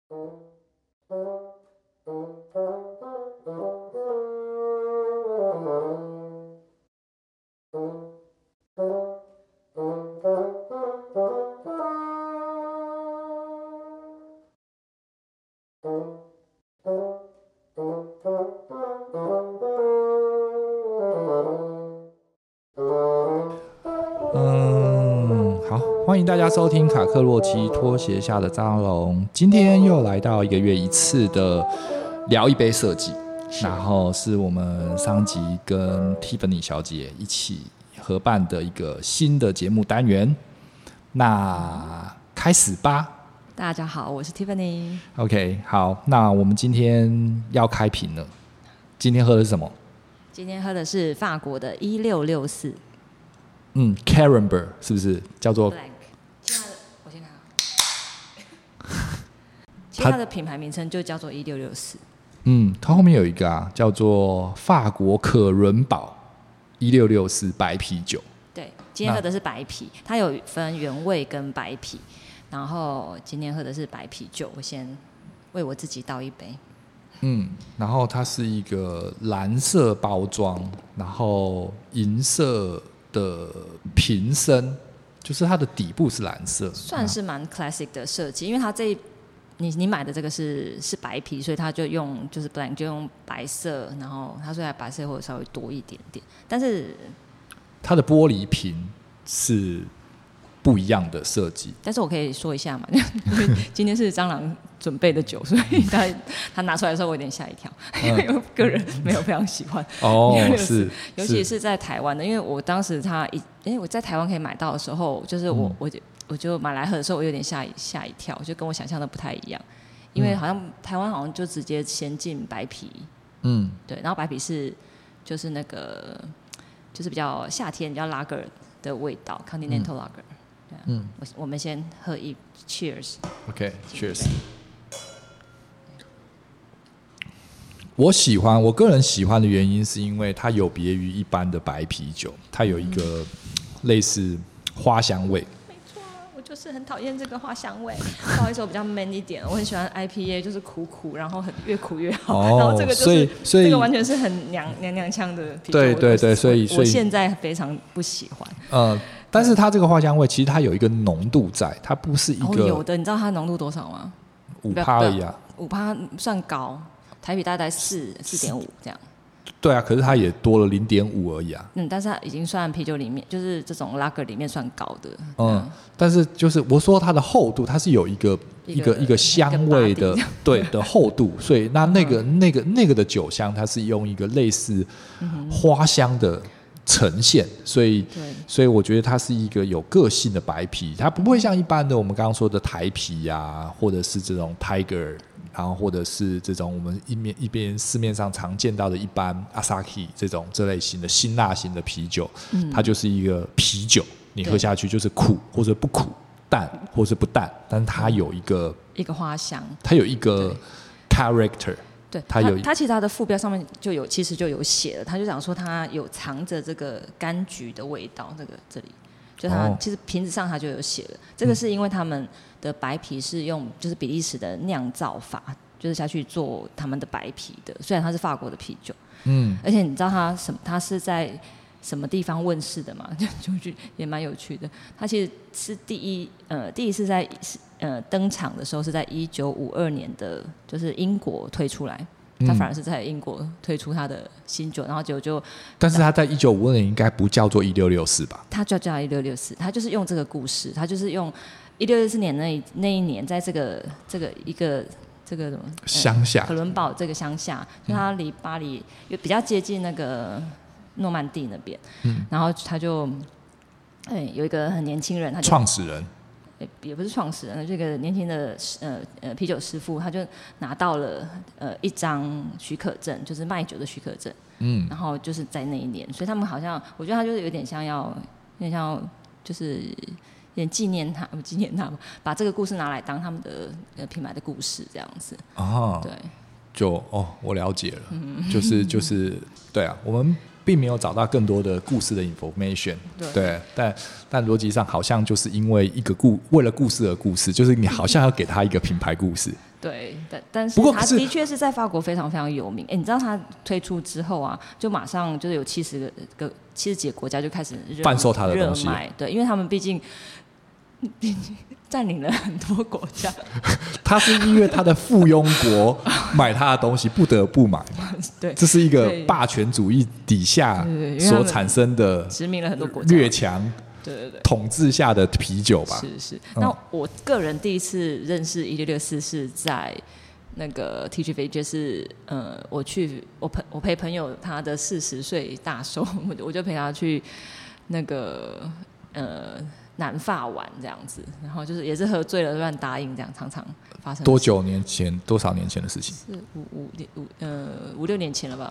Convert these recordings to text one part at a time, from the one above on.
好，欢迎大家收听卡克洛奇拖鞋下的蟑螂。今天又来到1个月一次的聊一杯设计，然后是我们上集跟 Tiffany 小姐一起合办的一个新的节目单元。那开始吧。 大家好，我是 Tiffany。 OK， 好，那我们今天要开瓶了。今天喝的是什么？ 今天喝的是法国的1664。 Caramber 是不是叫做 Blanc？ 我先看其实它的品牌名称就叫做1664。 它后面有一个叫做法国可伦堡1664白啤酒。 对，今天喝的是白啤，它有分原味跟白啤，然后今天喝的是白啤酒。我先为我自己倒一杯。 然后它是一个蓝色包装，然后银色的瓶身，就是它的底部是蓝色， 算是蛮 classic 的设计。因为它你买的这个是白啤，所以它就用就是 blank 就用白色，然后它虽然白色会稍微多一点点，但是它的玻璃瓶是不一样的设计。 但是我可以说一下嘛，因为今天是蟑螂准备的酒，所以他拿出来的时候我有点吓一跳，因为我个人没有非常喜欢。 是， 尤其是在台湾的，因为我当时我在台湾可以买到的时候，就是我就买来喝的时候，我有点吓一跳，就跟我想象的不太一样，因为好像台湾好像就直接先进白啤，对，然后白啤是就是那个就是比较夏天比较 lager 的味道 ，continental lager。我们先喝一 cheers。OK，cheers。 我个人喜欢的原因是因为它有别于一般的白啤酒，它有一个类似花香味。 没错，我就是很讨厌这个花香味。不好意思，我比较 man 一点，我很喜欢 IPA， 就是苦苦，然后越苦越好。然后这个就是所以这个完全是很娘腔的啤酒。 对，所以我现在非常不喜欢。 但是它这个花香味其实它有一个浓度在，它不是一个有的，你知道它浓度多少吗 ？5%而已啊。 5%算高，台啤大概4.5这样。 对啊，可是它也多了0.5而已啊。 但是它已经算啤酒里面，就是这种 lager 里面算高的。 但是就是我说它的厚度，它是有一个香味的，对的厚度，所以那个的酒香，它是用一个类似花香的呈现，所以我觉得它是一个有个性的白啤，它不会像一般的我们刚刚说的台啤啊，或者是这种 Tiger， 然后或者是这种我们一边市面上常见到的一般 Asahi 这类型的辛辣型的啤酒，它就是一个啤酒，你喝下去就是苦或者不苦，淡或者不淡，但是它有一个花香，它有一个 character。 对，它其实它的副标上面其实就有写了，他就讲说它有藏着这个柑橘的味道，这里就它其实瓶子上它就有写了，这个是因为他们的白啤是用就是比利时的酿造法，就是下去做他们的白啤的，虽然它是法国的啤酒，而且你知道它是在什么地方问世的嘛？就也蛮有趣的。它其实是第一次在登场的时候是在1952年的，就是英国推出来。它反而是在英国推出它的新酒，然后但是它在1952年应该不叫做1664吧？ 它就叫1664，它就是用这个故事，它就是用1664年那一年，在这个什么乡下， 可伦堡这个乡下，就它离巴黎比较接近那个诺曼底那边，然后他就有一个很年轻人，他就创始人。 也不是创始人，这个年轻的啤酒师傅，他就拿到了一张许可证，就是卖酒的许可证。然后就是在那一年，所以他们好像，我觉得他就是有点像就是有点纪念他吧，把这个故事拿来当他们的品牌的故事这样子。对， 我了解了，就是对啊，我们并没有找到更多的故事的 information， 对，但逻辑上好像就是因为为了故事而故事，就是你好像要给他一个品牌故事， 对，但是他的确是在法国非常非常有名。你知道他推出之后啊，就马上就是有70几个国家就开始贩售他的东西， 对，因为他们毕竟占领了很多国家。 他是因为他的附庸国买他的东西不得不买， 对， 这是一个霸权主义底下所产生的殖民了很多国家略强。对，统治下的啤酒吧。 是。那我个人第一次认识1664是在那个 TGV， 就是我陪朋友他的40岁大寿，我就陪他去那个南法玩这样子，然后就是也是喝醉了乱答应这样，常常发生。 多少年前的事情？ 是5-6年前了吧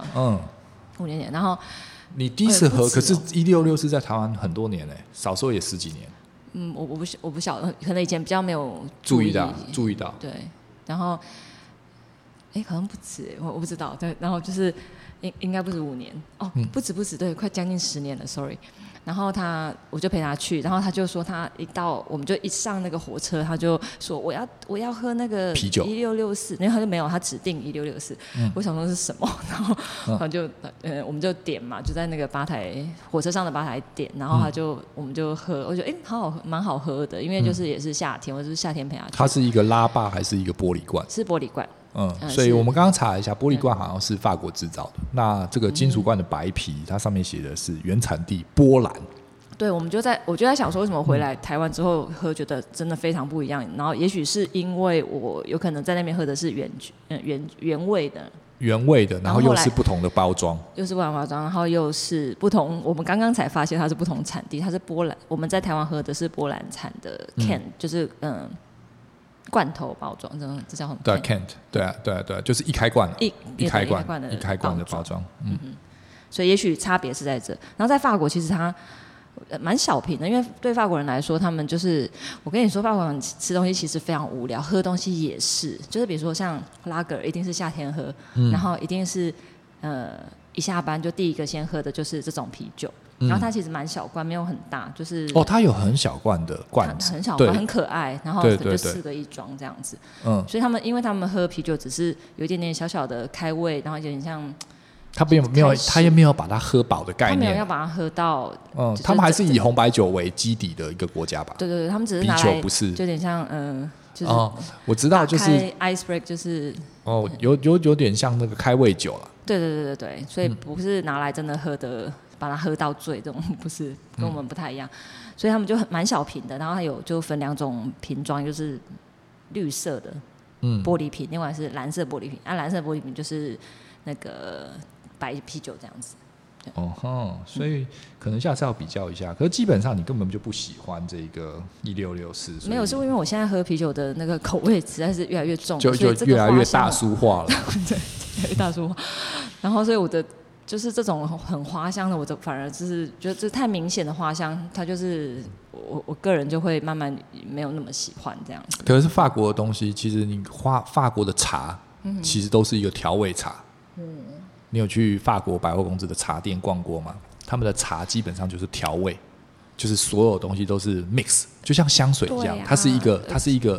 ？5年前，然后。 你第一次喝，可是166是在台湾很多年少说也10几年。 我不晓得，可能以前比较没有注意到。 对，然后好像不止我不知道。对，然后就是应该不止5年不止，对，快将近10年了 ，sorry。然后我就陪他去，然后他就说他我们就一上那个火车，他就说我要喝那个啤酒 1664，然后他就没有，他指定1664。我想说是什么，然后他就我们就点嘛，就在那个火车上的吧台点，然后我们就喝，我觉得好好喝，蛮好喝的，因为就是也是夏天，我就是夏天陪他去。 它是一个拉霸还是一个玻璃罐？ 是玻璃罐。 所以我们刚刚查了一下，玻璃罐好像是法国制造的。那这个金属罐的白皮，它上面写的是原产地波兰。 对，我就在想说，为什么回来台湾之后喝，觉得真的非常不一样。然后也许是因为我有可能在那边喝的是原味的，然后又是不同的包装，然后又是不同。我们刚刚才发现它是不同产地，它是波兰。我们在台湾喝的是波兰产的 can，就是罐头包装，这叫什么？ 对 ，can， 对啊，就是一开罐一开罐的包装。 所以也许差别是在这。然后在法国，其实它蛮小瓶的，因为对法国人来说，他们就是我跟你说，法国人吃东西其实非常无聊，喝东西也是，就是比如说像拉格一定是夏天喝，然后一定是一下班就第一个先喝的就是这种啤酒。然后它其实蛮小罐，没有很大，就是它有很小罐的罐子， 很小罐，很可爱，然后就4个一装这样子。所以因为他们喝啤酒只是有一点点小小的开胃，然后有点像他也没有把它喝饱的概念， 他没有要把它喝到。 他们还是以红白酒为基底的一个国家吧？ 对，他们只是拿来啤酒不是， 就有点像就是我知道，就是 ice break， 就是有点像那个开胃酒了。 对，所以不是拿来真的喝的。把它喝到醉，这种不是跟我们不太一样，所以他们就蛮小瓶的，然后它就分2种瓶装，就是绿色的玻璃瓶，另外是蓝色玻璃瓶。蓝色玻璃瓶就是那个白啤酒这样子。 所以可能下次要比较一下。可是基本上你根本就不喜欢这个1664， 没有，是因为我现在喝啤酒的那个口味实在是越来越重， 就越来越大叔化了。 对，越来越大叔化。然后所以我的。就是这种很花香的，我反而就是觉得这太明显的花香，它就是我个人就会慢慢没有那么喜欢这样子。 可是法国的东西，其实法国的茶，其实都是一个调味茶。你有去法国百货公司的茶店逛过吗？他们的茶基本上就是调味，就是所有东西都是 mix， 就像香水一样，它是一个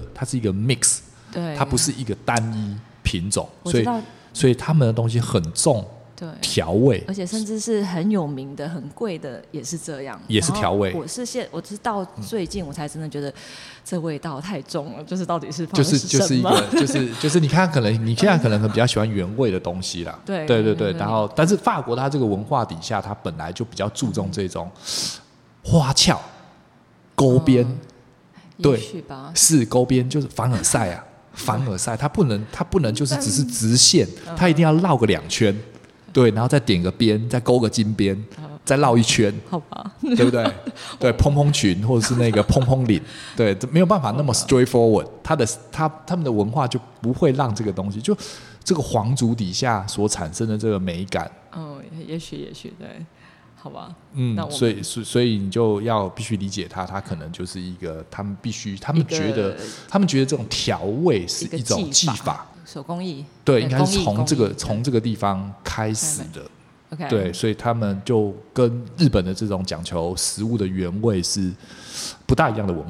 mix， 对， 它不是一个单一品种，所以他们的东西很重。 对， 调味， 而且甚至是很有名的、很贵的，也是这样， 也是调味。 我是到最近我才真的觉得这味道太重了，就是到底是放的是什么？ 就是你看，你现在可能比较喜欢原味的东西啦。对。然后，但是法国它这个文化底下，它本来就比较注重这种花俏、勾边，对，是勾边，就是凡尔赛啊，凡尔赛，它不能就是只是直线，它一定要绕个2圈。对，然后再点个边，再勾个金边，再绕一圈， 好吧， 对不对？对，蓬蓬裙或者是那个蓬蓬领，对，没有办法那么 straightforward。他们的文化就不会让这个东西，就这个皇族底下所产生的这个美感。 也许对，好吧。 所以你就要必须理解它可能就是一个他们觉得这种调味是一种技法。 手工艺， 对，应该是从这个地方开始的。 Okay. 对，所以他们就跟日本的这种讲求食物的原味是不大一样的文化。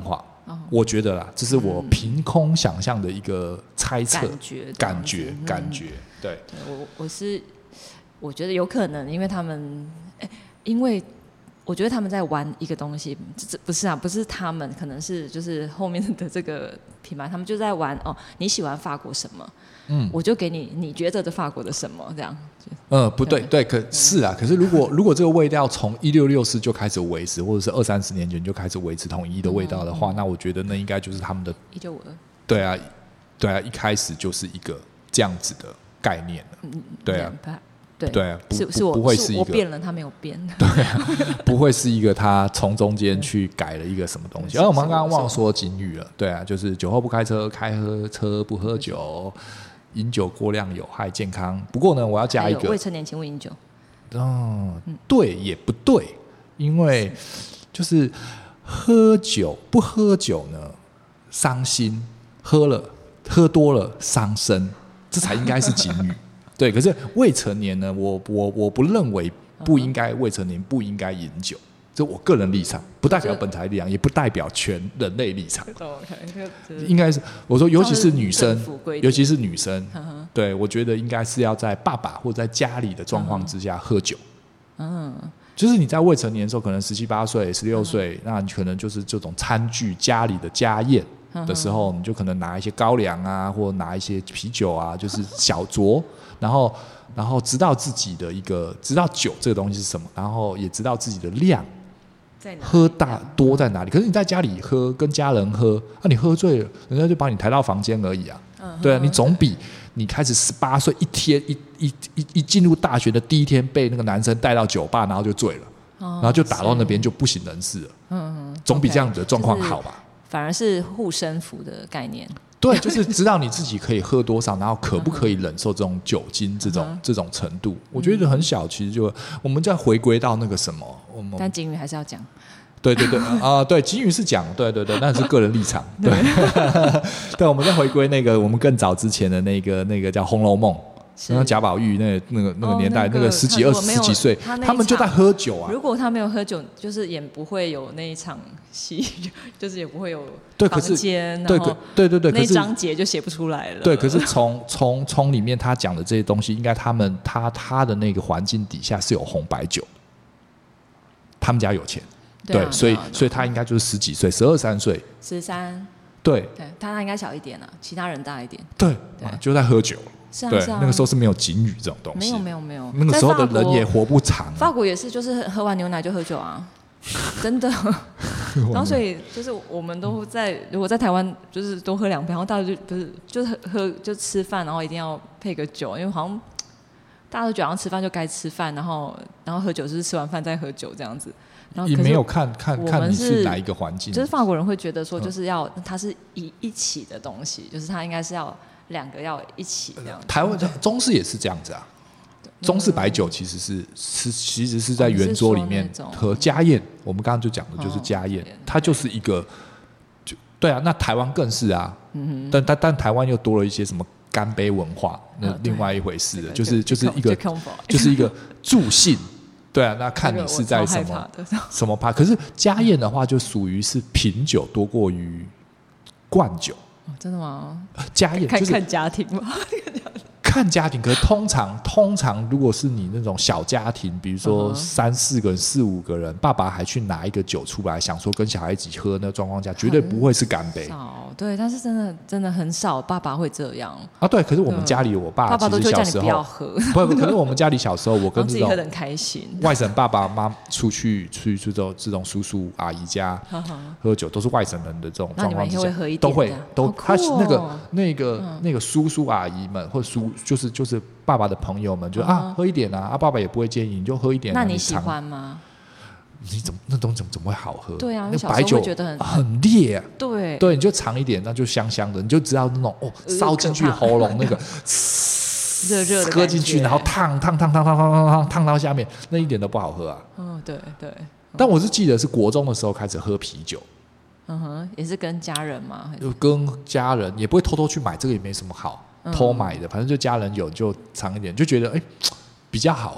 我觉得啦，这是我凭空想象的一个猜测，感觉，对。 我觉得有可能，因为他们，因为我觉得他们在玩一个东西，不是他们，可能是就是后面的这个品牌，他们就在玩你喜欢法国什么，我就给你觉得的法国的什么这样。 不对，对，可是啊，可是如果这个味道从1664就开始维持，或者是20-30年前就开始维持统一的味道的话，那我觉得那应该就是他们的 1952。 对啊，一开始就是一个这样子的概念了。对啊，对啊，不会是一个我变了，他没有变。 对啊，不会是一个他从中间去改了一个什么东西。而我们刚刚忘了说警语了，对啊，就是酒后不开车，开车不喝酒。饮酒过量有害健康。不过呢，我要加一个未成年请勿饮酒。 对也不对，因为就是不喝酒呢伤心，喝多了伤身，这才应该是警语。对，可是未成年呢，我不认为不应该未成年不应该饮酒。这我个人立场，不代表本台立场，也不代表全人类立场。应该是我说，尤其是女生，对，我觉得应该是要在爸爸或在家里的状况之下喝酒。就是你在未成年的时候，可能17、18岁、16岁，那你可能就是这种餐具家里的家宴的时候，你就可能拿一些高粱啊，或拿一些啤酒啊，就是小酌，然后知道自己的知道酒这个东西是什么，然后也知道自己的量。喝多在哪里？可是你在家里喝，跟家人喝，你喝醉了，人家就把你抬到房间而已啊。对啊，你总比你开始18岁一进入大学的第一天被那个男生带到酒吧，然后就醉了，然后就打到那边就不省人事了。总比这样子的状况好吧？ 反而是护身符的概念。 对，就是知道你自己可以喝多少，然后可不可以忍受这种酒精这种程度。我觉得很小，其实就我们再回归到那个什么， 但警语还是要讲。 对对，警语是讲，对，那是个人立场。对，对，我们再回归那个我们更早之前的那个叫《红楼梦》。那贾宝玉那个年代，那个十几岁，他们就在喝酒啊。 如果他没有喝酒，就是也不会有那一场戏，就是也不会有房间，然后对， 那章节就写不出来了。 对，可是从里面他讲的这些东西，应该他的那个环境底下是有红白酒，他们家有钱，对，所以他应该就是十几岁，12、13岁 ，13。 对， 他应该小一点啊，其他人大一点。 对，就在喝酒。对，那个时候是没有警语这种东西。 没有。 那个时候的人也活不长。 法国也是，就是喝完牛奶就喝酒啊，真的。然后所以就是我们都如果在台湾就是多喝2杯，然后大家就是喝就吃饭，然后一定要配个酒，因为好像大家都觉得好像吃饭就该吃饭，然后喝酒就是吃完饭再喝酒这样子。然后也没有看你是哪一个环境， 就是法国人会觉得说，就是它是一起的东西，就是它应该是要2个要一起这样。 台湾中式也是这样子啊，中式白酒其实是在圆桌里面和家宴，我们刚刚就讲的就是家宴，它就是一个对啊，那台湾更是啊，但台湾又多了一些什么干杯文化，那另外一回事了，就是一个助兴。对啊，那看你是在什么趴。可是家宴的话，就属于是品酒多过于灌酒。 真的吗？ 家宴就是看家庭吗？ 看家庭，可是通常如果是你那种小家庭，比如说3、4个人、4、5个人，爸爸还去拿一个酒出来，想说跟小孩一起喝，那状况下绝对不会是干杯。 对，但是真的很少爸爸会这样啊。对，可是我们家里我爸都会叫你不要喝， 不，可是我们家里小时候，我跟这种很开心外省爸爸妈出去这种叔叔阿姨家喝酒，都是外省人的这种状况之下，都会他那个叔叔阿姨们或就是爸爸的朋友们就喝一点啊，爸爸也不会介意，你就喝一点。 那你喜欢吗？ 你那东西怎么会好喝？ 对啊， 那白酒很烈啊。 对， 你就尝一点，那就香香的，你就知道那种烧进去喉咙那个热的喝进去，然后烫到下面，那一点都不好喝啊。 对。 但我是记得是国中的时候开始喝啤酒。 也是跟家人嘛？ 跟家人也不会偷偷去买，这个也没什么好偷买的，反正就家人有就尝一点，就觉得比较好喝。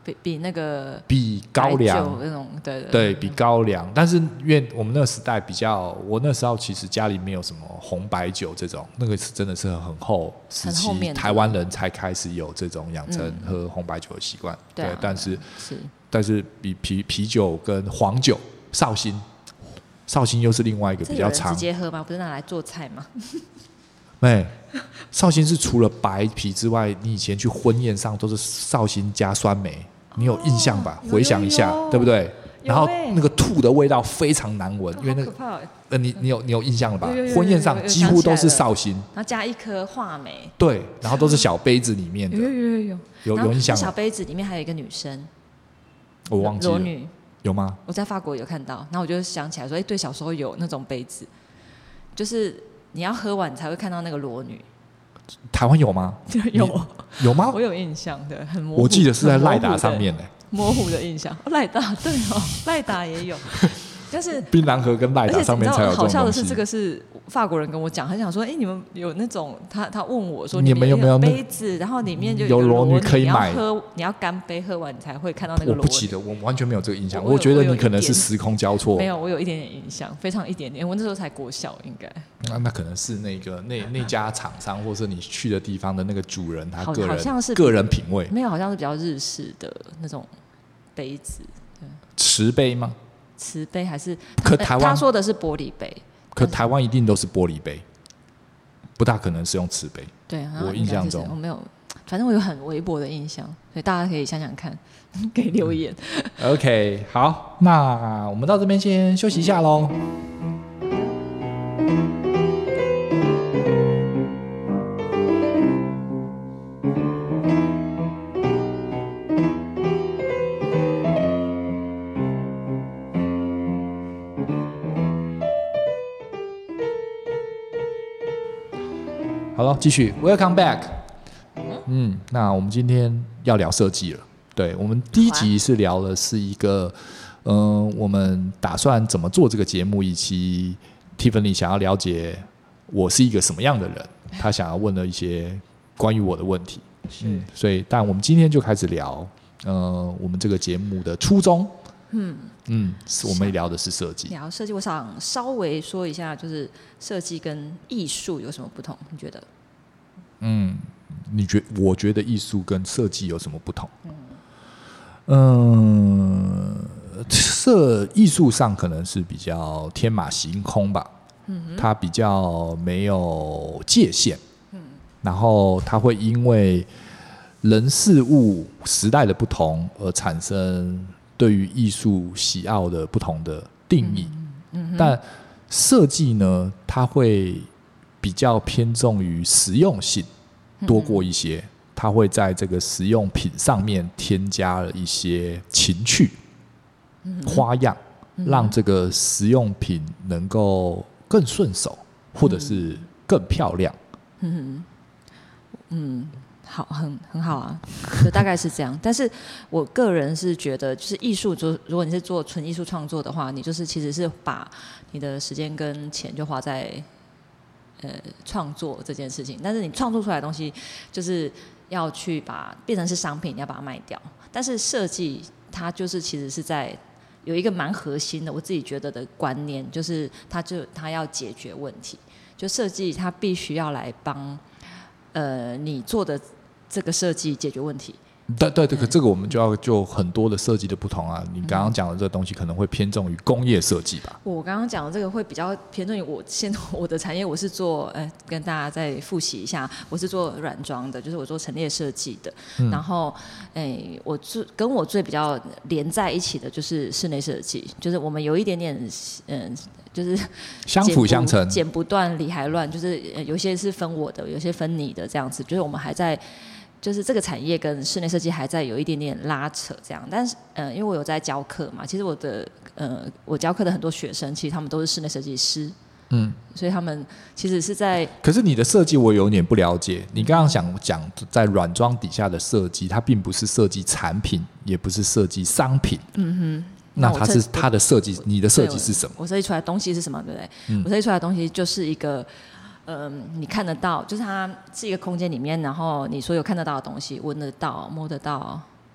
比那个比高粱那种， 对，比高粱。但是因为我们那个时代比较，我那时候其实家里没有什么红白酒这种，那个是真的是很后时期台湾人才开始有这种养成喝红白酒的习惯。对，但是比啤酒跟黄酒，绍兴又是另外一个比较长。 直接喝吗？不是拿来做菜吗？ 绍兴是除了白啤之外，你以前去婚宴上都是绍兴加酸梅，你有印象吧？回想一下，对不对？然后那个吐的味道非常难闻，因为那个你有印象了吧？婚宴上几乎都是绍兴， 然后加一颗话梅， 对，然后都是小杯子里面的，有印象吗？ 小杯子里面还有一个女生， 我忘记了， 裸女有吗？ 我在法国有看到，然后我就想起来说，对，小时候有那种杯子，就是你要喝完才会看到那个裸女。 台湾有吗？有吗？ 我有印象的，很模糊。 我记得是在赖达上面的， 模糊的印象。赖达对哦，赖达也有，但是槟榔河跟赖达上面才有这种东西。 好笑的是，这个是法国人跟我讲，他想说，你们有那种，他问我说， 你们有没有杯子，然后里面就有裸女可以买， 你要干杯喝完你才会看到那个裸女。 我不记得，我完全没有这个印象。我觉得你可能是时空交错。 没有，我有一点点印象，非常一点点。我那时候才国小，应该。 那可能是那家厂商，或是你去的地方的那个主人，他好像是个人品味。 没有，好像是比较日式的那种杯子。 瓷杯吗？ 瓷杯还是？ 可台湾他说的是玻璃杯。 可台湾一定都是玻璃杯，不大可能是用瓷杯。 对， 我印象中我没有，反正我有很微薄的印象，所以大家可以想想看，给留言。 OK， 好，那我们到这边先休息一下咯。好了，继续 ，Welcome back。那我们今天要聊设计了。对，我们第一集是聊的是一个，我们打算怎么做这个节目，以及 Tiffany 想要了解我是一个什么样的人，他想要问的一些关于我的问题。所以，但我们今天就开始聊，我们这个节目的初衷。我们聊的是设计。 聊设计，我想稍微说一下，就是设计跟艺术有什么不同？你觉得？ 我觉得艺术跟设计有什么不同？艺术上可能是比较天马行空吧，它比较没有界限，然后它会因为人事物时代的不同而产生对于艺术喜好的不同的定义，但设计呢，它会比较偏重于实用性多过一些，它会在这个实用品上面添加了一些情趣、花样，让这个实用品能够更顺手，或者是更漂亮。 好，很好啊，就大概是这样。但是我个人是觉得，就是艺术，如果你是做纯艺术创作的话，你就是其实是把你的时间跟钱就花在创作这件事情。但是你创作出来的东西，就是要去变成是商品，你要把它卖掉。但是设计它就是其实是在有一个蛮核心的，我自己觉得的观念，就是它要解决问题。就设计它必须要来帮你做的这个设计解决问题。 对，这个我们就很多的设计的不同啊。你刚刚讲的这个东西可能会偏重于工业设计吧？ 我刚刚讲的这个会比较偏重于我的产业，我是做跟大家再复习一下，我是做软装的，就是我做陈列设计的。然后跟我最比较连在一起的就是室内设计，就是我们有一点点就是相辅相成， 剪不断理还乱，就是有些是分我的，有些分你的这样子，就是我们还在。就是这个产业跟室内设计还在有一点点拉扯，这样。但是因为我有在教课嘛，其实我教课的很多学生，其实他们都是室内设计师，所以他们其实是在。 可是你的设计我有点不了解，你刚刚想讲在软装底下的设计，它并不是设计产品，也不是设计商品。那它的设计，你的设计是什么？ 我设计出来的东西是什么？对不对？我设计出来的东西就是一个。你看得到，就是它是一个空间里面，然后你所有看得到的东西，闻得到、摸得到，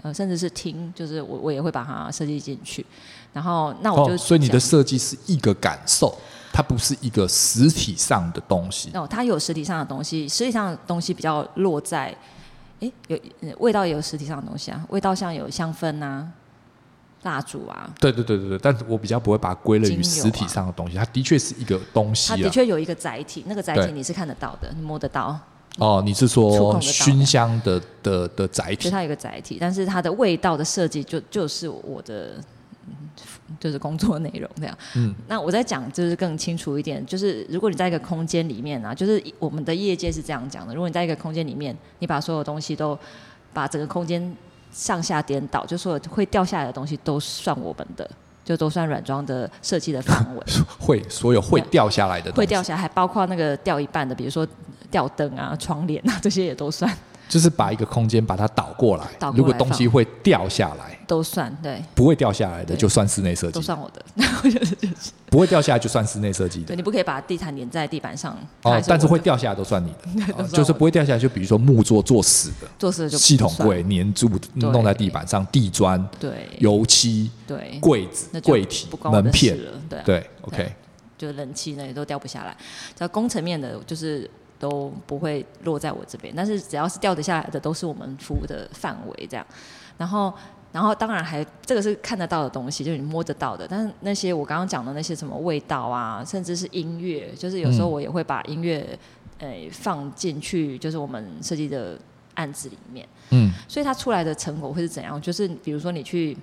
甚至是厅，就是我也会把它设计进去。然后那我就、 所以你的设计是一个感受，它不是一个实体上的东西。 它有实体上的东西，实体上的东西比较落在，有味道也有实体上的东西啊，味道像有香氛啊、蜡烛啊。对， 但是我比较不会把它归类于实体上的东西，它的确是一个东西、啊， 它的确有一个载体，那个载体你是看得到的，你摸得到。 你是说熏香的载体？ 就它有一个载体，但是它的味道的设计就是我的。就是工作内容这样，那我在讲就是更清楚一点，就是如果你在一个空间里面啊，就是我们的业界是这样讲的，如果你在一个空间里面，你把所有东西都把整个空间上下颠倒，就所有会掉下来的东西都算我们的，就都算软装的设计的范围。所有会掉下来的东西， 会掉下来，还包括那个掉一半的，比如说吊灯啊、窗帘啊，这些也都算。 就是把一个空间把它倒过来，如果东西会掉下来都算，对， 不会掉下来的就算室内设计， 都算我的。 不会掉下来就算室内设计的。 对，你不可以把地毯粘在地板上。 但是会掉下来都算你的。就是不会掉下来，就比如说木座做死的就系统柜粘住弄在地板上，地砖、 对， 油漆、 对， 柜子、柜体、门片，对 ，OK， 就冷气那也都掉不下来。只要工程面的，就是都不会落在我这边，但是只要是掉得下来的，都是我们服务的范围这样。然后当然还这个是看得到的东西，就是你摸得到的。但是那些我刚刚讲的那些什么味道啊，甚至是音乐，就是有时候我也会把音乐放进去，就是我们设计的案子里面。所以它出来的成果会是怎样？就是比如说你去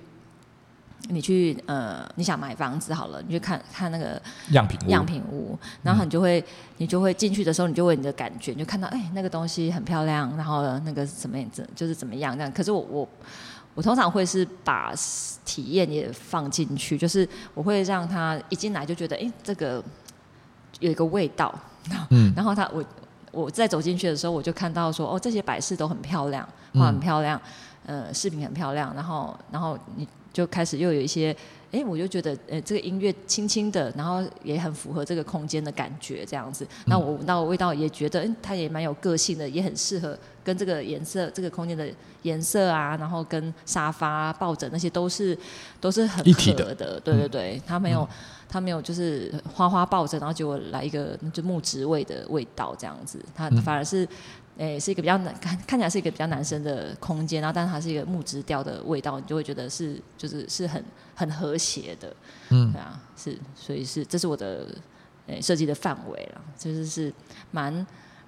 你想买房子好了，你去看那个样品屋，然后你就会进去的时候，你就会你的感觉，你就看到那个东西很漂亮，然后那个什么就是怎么样这样。可是我通常会是把体验也放进去，就是我会让他一进来就觉得这个有一个味道，然后我再走进去的时候，我就看到说这些摆饰都很漂亮，花很漂亮，饰品很漂亮，然后你就开始又有一些我就觉得这个音乐轻轻的，然后也很符合这个空间的感觉这样子。那我闻到味道也觉得它也蛮有个性的，也很适合跟这个颜色这个空间的颜色啊，然后跟沙发抱枕那些都是很一体的。对，它没有就是花抱枕，然后结果来一个就木质味的味道这样子，它反而是是一个比较看起来是一个比较男生的空间，然后但是它是一个木质调的味道，你就会觉得是很和谐的，对啊，所以这是我的设计的范围了，就是蛮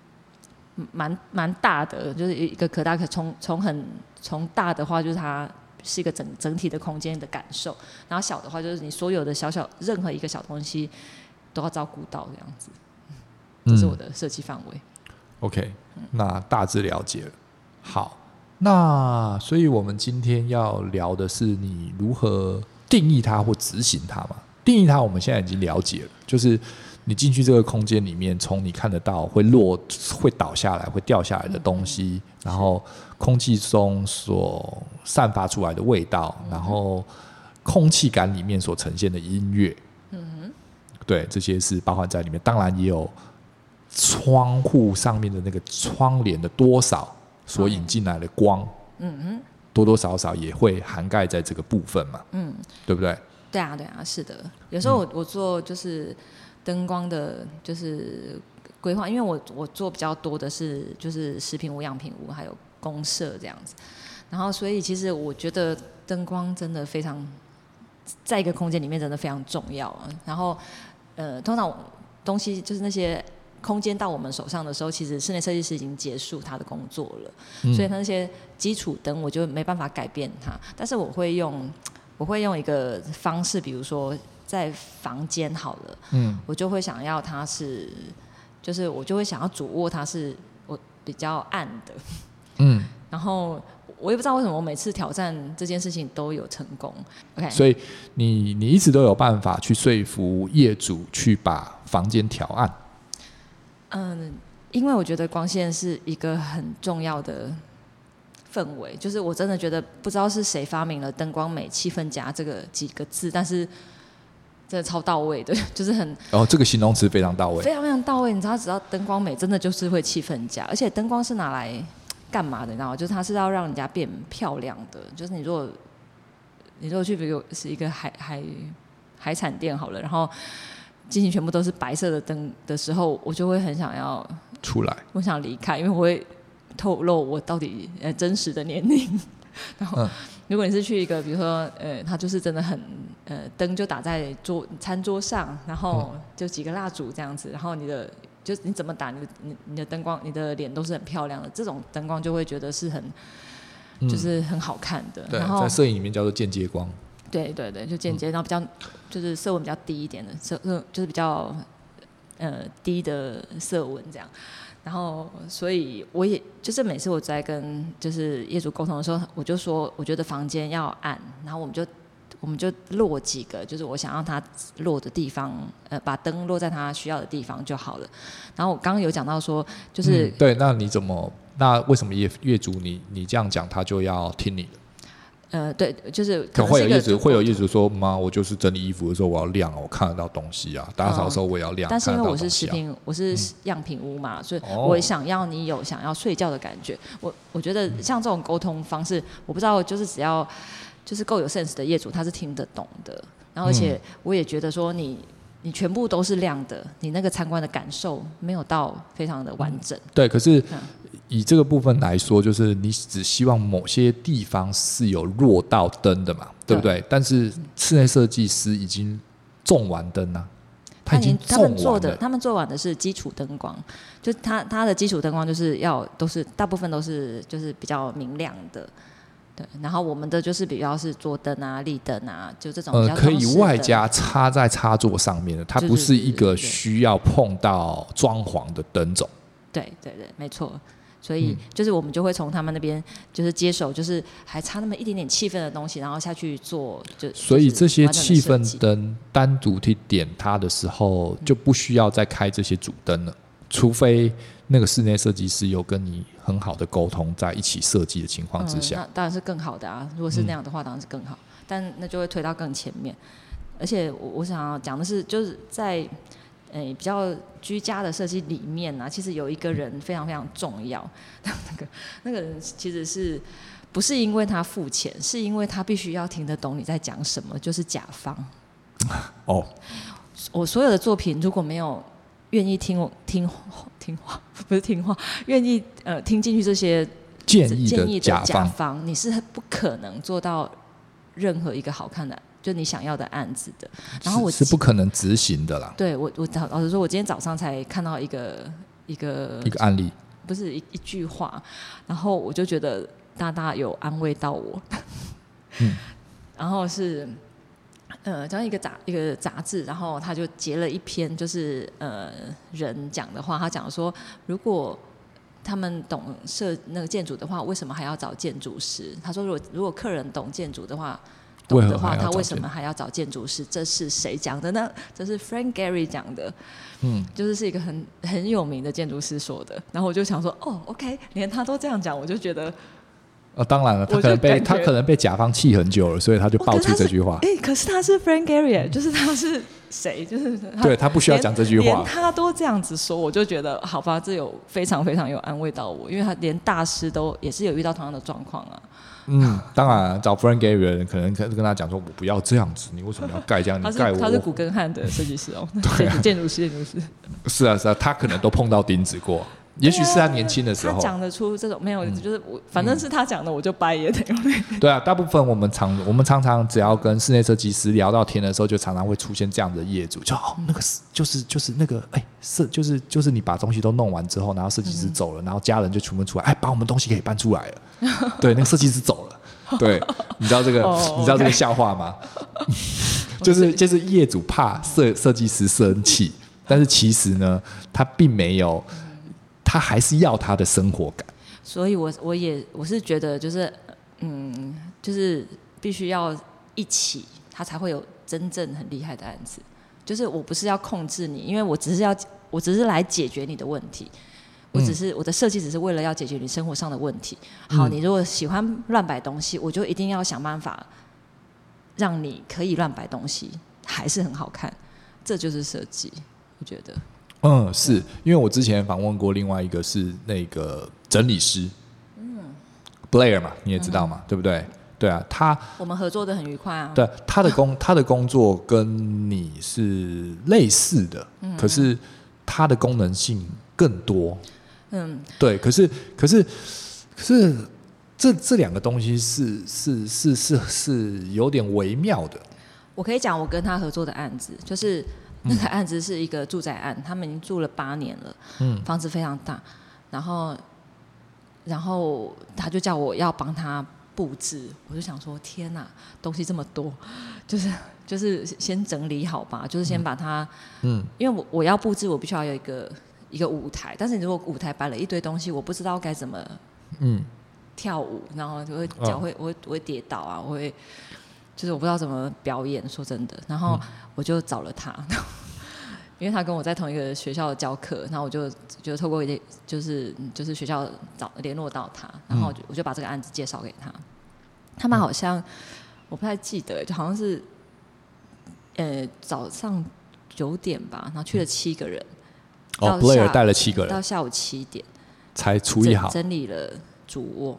大的，就是一个可大可从大的话就是它是一个整体的空间的感受，然后小的话就是你所有的任何一个小东西都要照顾到这样子，这是我的设计范围。 OK， 那大致了解了。好，那所以我们今天要聊的是你如何定义它或执行它嘛？定义它我们现在已经了解了，就是你进去这个空间里面，从你看得到会倒下来、会掉下来的东西，然后空气中所散发出来的味道，然后空气感里面所呈现的音乐，对，这些是包含在里面。当然也有窗户上面的那个窗帘的多少所引进来的光，多多少少也会涵盖在这个部分嘛，对不对？ 对啊，是的。有时候我做就是灯光的，就是规划，因为我做比较多的是就是食品屋、样品屋还有公社这样子，然后所以其实我觉得灯光真的非常，在一个空间里面真的非常重要啊。然后通常东西就是那些空间到我们手上的时候，其实室内设计师已经结束他的工作了，所以那些基础灯我就没办法改变它，但是我会用一个方式，比如说在房间好了，我就会想要它是，就是我就会想要主卧它是我比较暗的，然后我也不知道为什么我每次挑战这件事情都有成功。OK， 所以你一直都有办法去说服业主去把房间调暗。 因为我觉得光线是一个很重要的氛围，就是我真的觉得不知道是谁发明了灯光美气氛佳这个几个字，但是真的超到位的，就是很这个形容词非常到位， 非常非常到位。你知道，只要灯光美，真的就是会气氛佳，而且灯光是拿来干嘛的，你知道吗？就是它是要让人家变漂亮的。就是你如果去，比如是一个海产店好了，然后进行全部都是白色的灯的时候，我就会很想要出来， 我想离开，因为我会透露我到底真实的年龄。然后，如果你是去一个，比如说它就是真的很灯就打在餐桌上，然后就几个蜡烛这样子，然后就你怎么打你的灯光，你的脸都是很漂亮的，这种灯光就会觉得是就是很好看的。 对， 然后在摄影里面叫做间接光。 对对对，就间接，然后比较就是色温比较低一点的就是比较低的色温这样。然后，所以我也就是每次我在跟就是业主沟通的时候，我就说我觉得房间要暗，然后我们就落几个，就是我想让它落的地方，把灯落在它需要的地方就好了。然后我刚刚有讲到说，就是对，那为什么业主你这样讲，他就要听你的？ 对，就是可能会有业主说，妈，我就是整理衣服的时候我要亮，我看得到东西啊，打扫的时候我也要亮。 但是因为我是我是样品屋嘛，所以我想要你有想要睡觉的感觉。我觉得像这种沟通方式，我不知道，就是只要就是够有 sense 的业主，他是听得懂的。然后而且我也觉得说你全部都是亮的，你那个参观的感受没有到非常的完整。 对，可是以这个部分来说，就是你只希望某些地方是有落到灯的嘛，对不对？但是室内设计师已经种完灯了，他们做完的是基础灯光，就他的基础灯光就是大部分都是就是比较明亮的。对，然后我们的就是比较是桌灯啊、立灯啊，就这种比较可以外加插在插座上面的，它不是一个需要碰到装潢的灯种。对对对，没错。所以就是我们就会从他们那边就是接手，就是还差那么一点点气氛的东西，然后下去做。 所以这些气氛灯单独去点它的时候，就不需要再开这些主灯了，除非那个室内设计师有跟你很好的沟通，在一起设计的情况之下， 那当然是更好的啊。如果是那样的话，当然是更好，但那就会推到更前面。而且我想要讲的是，就是在比较居家的设计里面啊，其实有一个人非常非常重要。那个人其实是不是因为他付钱，是因为他必须要听得懂你在讲什么，就是甲方。 哦， 我所有的作品如果没有愿意听话，不是听话，愿意听进去这些建议的甲方，你是不可能做到任何一个好看的。就你想要的案子的，然后我是不可能执行的啦。 对，我老实说，我今天早上才看到一个案例， 不是一句话，然后我就觉得大大有安慰到我。然后是讲一个杂志，然后他就截了一篇，就是人讲的话，他讲说，如果他们懂那个建筑的话，为什么还要找建筑师？他说，如果客人懂建筑的话。懂的话，他为什么还要找建筑师？这是谁讲的呢？这是 Frank Gehry 讲的，就是一个很有名的建筑师说的。然后我就想说，哦 ，OK， 连他都这样讲，我就觉得， 当然了，他可能被甲方气很久了，所以他就爆出这句话。 可是他是 Frank Gehry，就是他是谁？就是对他不需要讲这句话， 连他都这样子说，我就觉得好吧，这有非常非常有安慰到我，因为他连大师也是有遇到同样的状况啊。 当然找 Frank Gehry 的人可能跟他讲说，我不要这样子，你为什么要盖这样？你盖我。 他是古根汉的设计师哦， 对啊， 建筑师。 是啊，他可能都碰到钉子过。也许是他年轻的时候， 他讲得出这种没有，就是反正是他讲的，我就掰也得。 对啊，大部分我们常常只要跟室内设计师聊到天的时候，就常常会出现这样的业主，就那个就是那个就是你把东西都弄完之后，然后设计师走了，然后家人就全部出来，把我们东西可以搬出来了。对，那个设计师走了。对，你知道这个笑话吗？就是业主怕设计师生气，但是其实呢，他并没有。他还是要他的生活感， 所以我是觉得就是就是必须要一起，他才会有真正很厉害的案子。就是我不是要控制你，因为我只是来解决你的问题，我的设计只是为了要解决你生活上的问题。好，你如果喜欢乱摆东西，我就一定要想办法让你可以乱摆东西，还是很好看，这就是设计，我觉得。 是因为我之前访问过另外一个是那个整理师， Blair 嘛，你也知道嘛，对不对？对啊， 我们合作的很愉快啊。 对，他的工作跟你是类似的，可是他的功能性更多。对，可是这两个东西是有点微妙的。 我可以讲我跟他合作的案子，就是那个案子是一个住宅案，他们已经住了8年了，房子非常大，然后他就叫我要帮他布置，我就想说天哪，东西这么多，就是先整理好吧，就是先把它，因为我要布置，我必须要有一个舞台，但是如果舞台摆了一堆东西，我不知道该怎么跳舞，然后就会脚我会跌倒啊，就是我不知道怎么表演，说真的，然后我就找了他。因为他跟我在同一个学校教课，然后我就透过就是学校联络到他，然后我就把这个案子介绍给他。他们好像我不太记得，就好像是早上9点吧，然后去了7个人。 Blair 带了7个人， 到下午7点才处理好， 整理了主卧。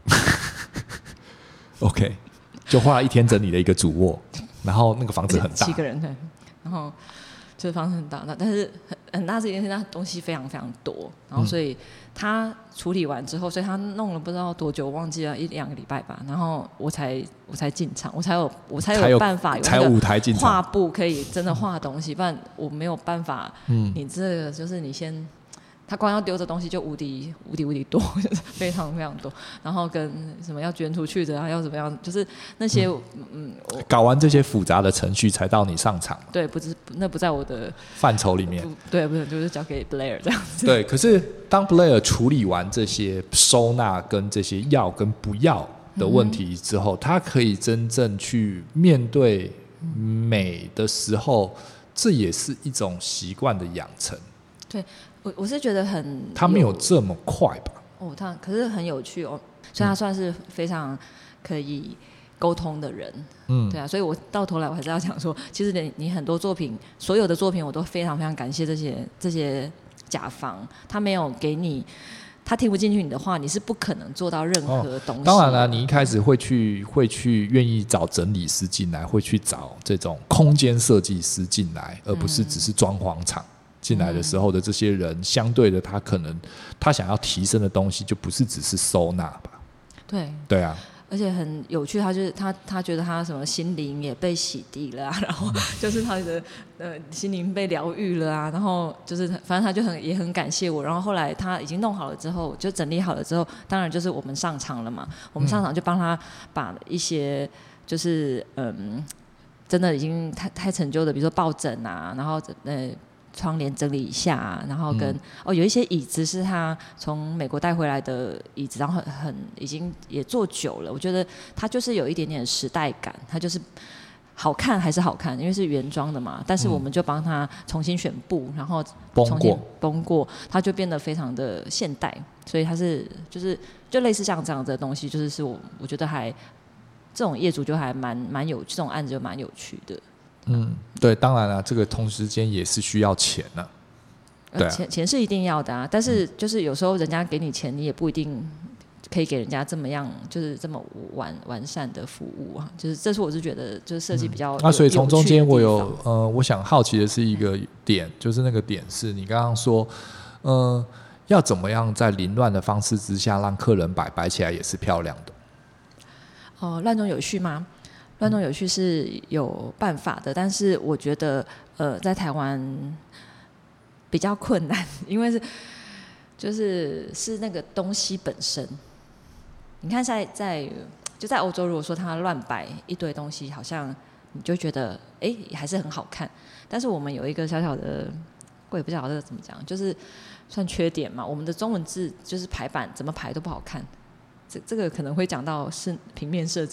OK， 就花了1天整理了一个主卧，然后那个房子很大，7 个人对，然后。就是房子很大，但是很大这件事，那东西非常非常多，然后所以他处理完之后，所以他弄了不知道多久，忘记了1-2个礼拜吧，然后我才进场，我才有办法才有舞台进场， 画布可以真的画东西，不然我没有办法。你这个就是你先。他光要丢的东西就无敌多，非常非常多，然后跟什么要捐出去的啊，要怎么样，就是那些搞完这些复杂的程序才到你上场。 对，那不在我的范畴里面。 对，不是，就是交给 Blair 这样子。 对，可是当 Blair 处理完这些收纳跟这些要跟不要的问题之后，他可以真正去面对美的时候，这也是一种习惯的养成。 对。我是觉得他没有这么快吧？ 他可是很有趣哦，所以他算是非常可以沟通的人。对啊，所以我到头来我还是要讲说，其实你很多作品，所有的作品我都非常非常感谢这些甲方，他没有给你，他听不进去你的话，你是不可能做到任何东西。 当然了，你一开始会去愿意找整理师进来，会去找这种空间设计师进来，而不是只是装潢厂。进来的时候的这些人，相对的，他可能他想要提升的东西，就不是只是收纳吧？对啊， 而且很有趣，他觉得他什么心灵也被洗涤了啊，然后就是他的心灵被疗愈了啊，然后就是反正他就也很感谢我，然后后来他已经弄好了之后，就整理好了之后，当然就是我们上场了嘛，我们上场就帮他把一些就是真的已经太陈旧的，比如说抱枕啊，然后窗帘整理一下，然后跟有一些椅子是他从美国带回来的椅子，然后很已经也坐久了，我觉得它就是有一点点时代感，它就是好看还是好看，因为是原装的嘛，但是我们就帮他重新选布，然后重新绷过，它就变得非常的现代，所以它是就类似像这样的东西，就是我觉得还这种业主就还蛮有这种案子就蛮有趣的。 对，当然了，这个同时间也是需要钱啊。对啊， 钱是一定要的啊，但是就是有时候人家给你钱，你也不一定可以给人家这么样，就是这么完善的服务啊。就是这是我是觉得，就是设计比较所以从中间我想好奇的是一个点，就是那个点是你刚刚说，要怎么样在凌乱的方式之下让客人摆起来也是漂亮的。 乱中有序吗？乱中有序是有办法的，但是我觉得在台湾比较困难，因为是那个东西本身。你看在欧洲，如果说他乱摆一堆东西，好像你就觉得还是很好看。但是我们有一个小小的，我也不知道这个怎么讲，就是算缺点嘛。我们的中文字就是排版怎么排都不好看。这个可能会讲到是平面设计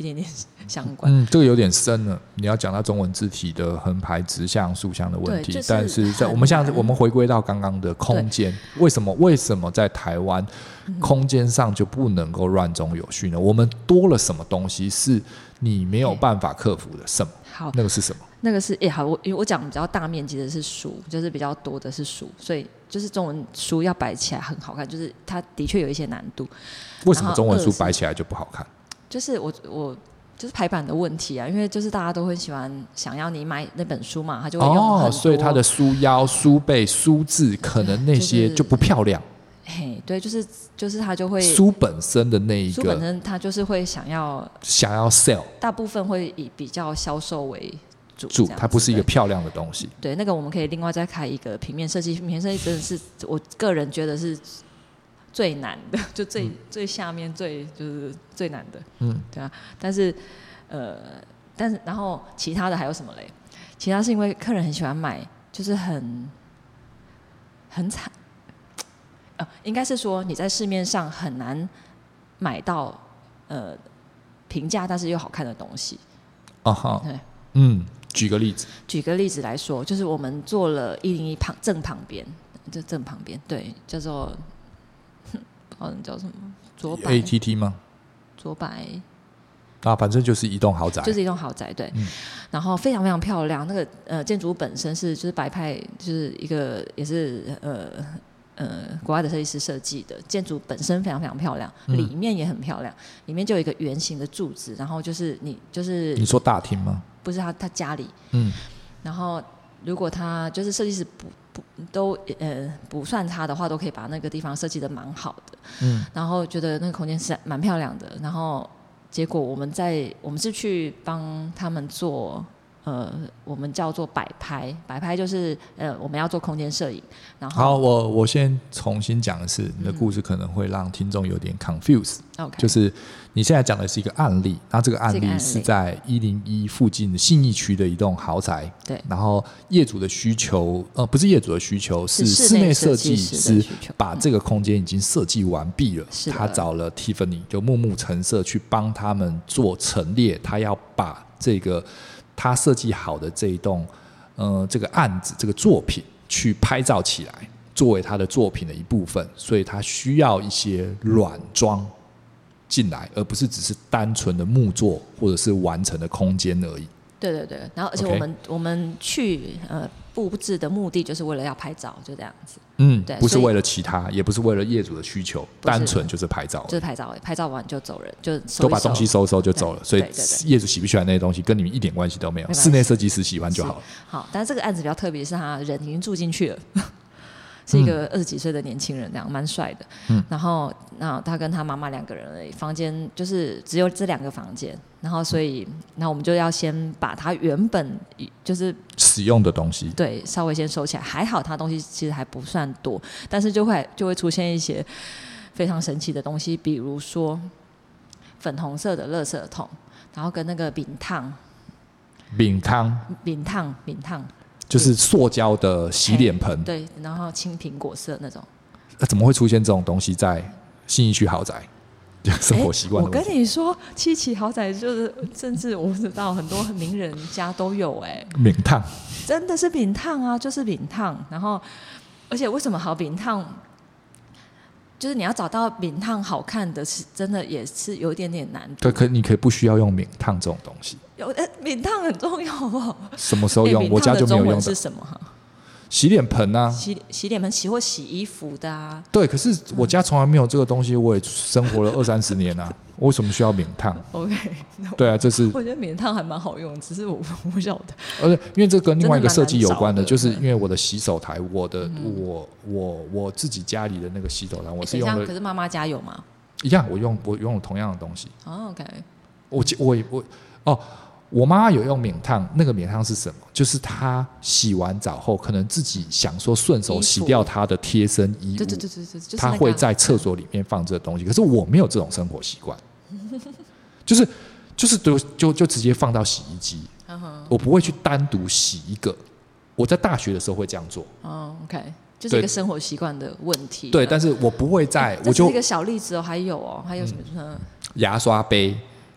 一点点相关。 这个有点深了。你要讲到中文字体的横排、直向、竖向的问题，但是在我们回归到刚刚的空间，为什么在台湾空间上就不能够乱中有序呢？我们多了什么东西是你没有办法克服的？什么？ 好， 那个是什么？ 那个是好，我讲比较大面积的是书，就是比较多的是书，所以就是中文书要摆起来很好看，就是它的确有一些难度。 为什么中文书摆起来就不好看？ 就是我就是排版的问题啊，因为就是大家都会想要你买那本书嘛，他就会用很多所以它的书腰、书背、书字可能那些就不漂亮。 对，就是他就会书本身的那一个， 书本身他就是会想要 sell， 大部分会以比较销售为主， 它不是一个漂亮的东西。 对，那个我们可以另外再开一个平面设计，平面设计真的是我个人觉得是最难的，就最下面就是最难的，对啊。但是然后其他的还有什么嘞？其他是因为客人很喜欢买，就是很惨。应该是说你在市面上很难买到平价但是又好看的东西。对， 举个例子。 举个例子来说，就是我们做了101正旁边，对，叫做不知道叫什么，左白 ATT 吗？ 左白反正就是一栋豪宅， 就是一栋豪宅，对。然后非常非常漂亮，那个建筑物本身就是白派，就是一个也是国外的设计师设计的，建筑本身非常非常漂亮，里面也很漂亮，里面就有一个圆形的柱子，然后就是你说大厅吗？ 不是他家里，然后如果他就是设计师不算差的话，都可以把那个地方设计得蛮好的，然后觉得那个空间是蛮漂亮的，然后结果我们是去帮他们做。我们叫做摆拍就是我们要做空间摄影。然后好，我先重新讲一次，你的故事可能会让听众有点 confuse。就是你现在讲的是一个案例，那这个案例是在101附近信义区的一栋豪宅。 对。 然后业主的需求，不是业主的需求，是室内设计师把这个空间已经设计完毕了，他找了 Tiffany 就木木陈设去帮他们做陈列，他要把这个。他设计好的这一栋，这个案子、这个作品去拍照起来，作为他的作品的一部分，所以他需要一些软装进来，而不是只是单纯的木作或者是完成的空间而已。 对，然后而且我们去布置的目的就是为了要拍照，就这样子。对， 不是为了其他，也不是为了业主的需求，单纯就是拍照， 就是拍照，拍照完就走人，就都把东西收就走了。所以业主喜不喜欢那些东西，跟你们一点关系都没有，室内设计师喜欢就好了。 好，但是这个案子比较特别，是他人已经住进去了。是一个20几岁的年轻人，这样蛮帅的。然后他跟他妈妈2个人而已，房间就是只有这2个房间。然后所以，我们就要先把他原本就是使用的东西， 对，稍微先收起来。还好他东西其实还不算多，但是就会出现一些非常神奇的东西，比如说粉红色的垃圾桶，然后跟那个饼烫， 就是塑胶的洗脸盆， 对，然后青苹果色那种。 怎么会出现这种东西在信义区豪宅？生活习惯的问题。 我跟你说，七期豪宅就是甚至我知道很多名人家都有饼烫， 真的是饼烫啊，就是饼烫。然后，而且为什么好饼烫？就是你要找到饼烫好看的，是真的也是有一点点难度。 对，你可以不需要用饼烫这种东西。 饼烫很重要，好不好？ 什么时候用？我家就没有用的。 是什么？ 洗脸盆啊， 洗脸盆或洗衣服的啊。 对，可是我家从来没有这个东西，我也生活了20-30年啊，我为什么需要饼烫 ？OK， 对啊，这是我觉得饼烫还蛮好用，只是我不晓得。 而且因为这跟另外一个设计有关的，就是因为我的洗手台，我自己家里的那个洗手台，我是用的。 可是妈妈家有吗？ 一样，我用了同样的东西。 OK， 我妈妈有用免烫，那个免烫是什么？就是她洗完澡后，可能自己想说顺手洗掉她的贴身衣物， 对， 她会在厕所里面放这个东西。可是我没有这种生活习惯，就是就直接放到洗衣机，我不会去单独洗一个。我在大学的时候会这样做。 OK， 就是一个生活习惯的问题。 对，但是我不会在，我就这是一个小例子哦，还有什么？ 牙刷杯。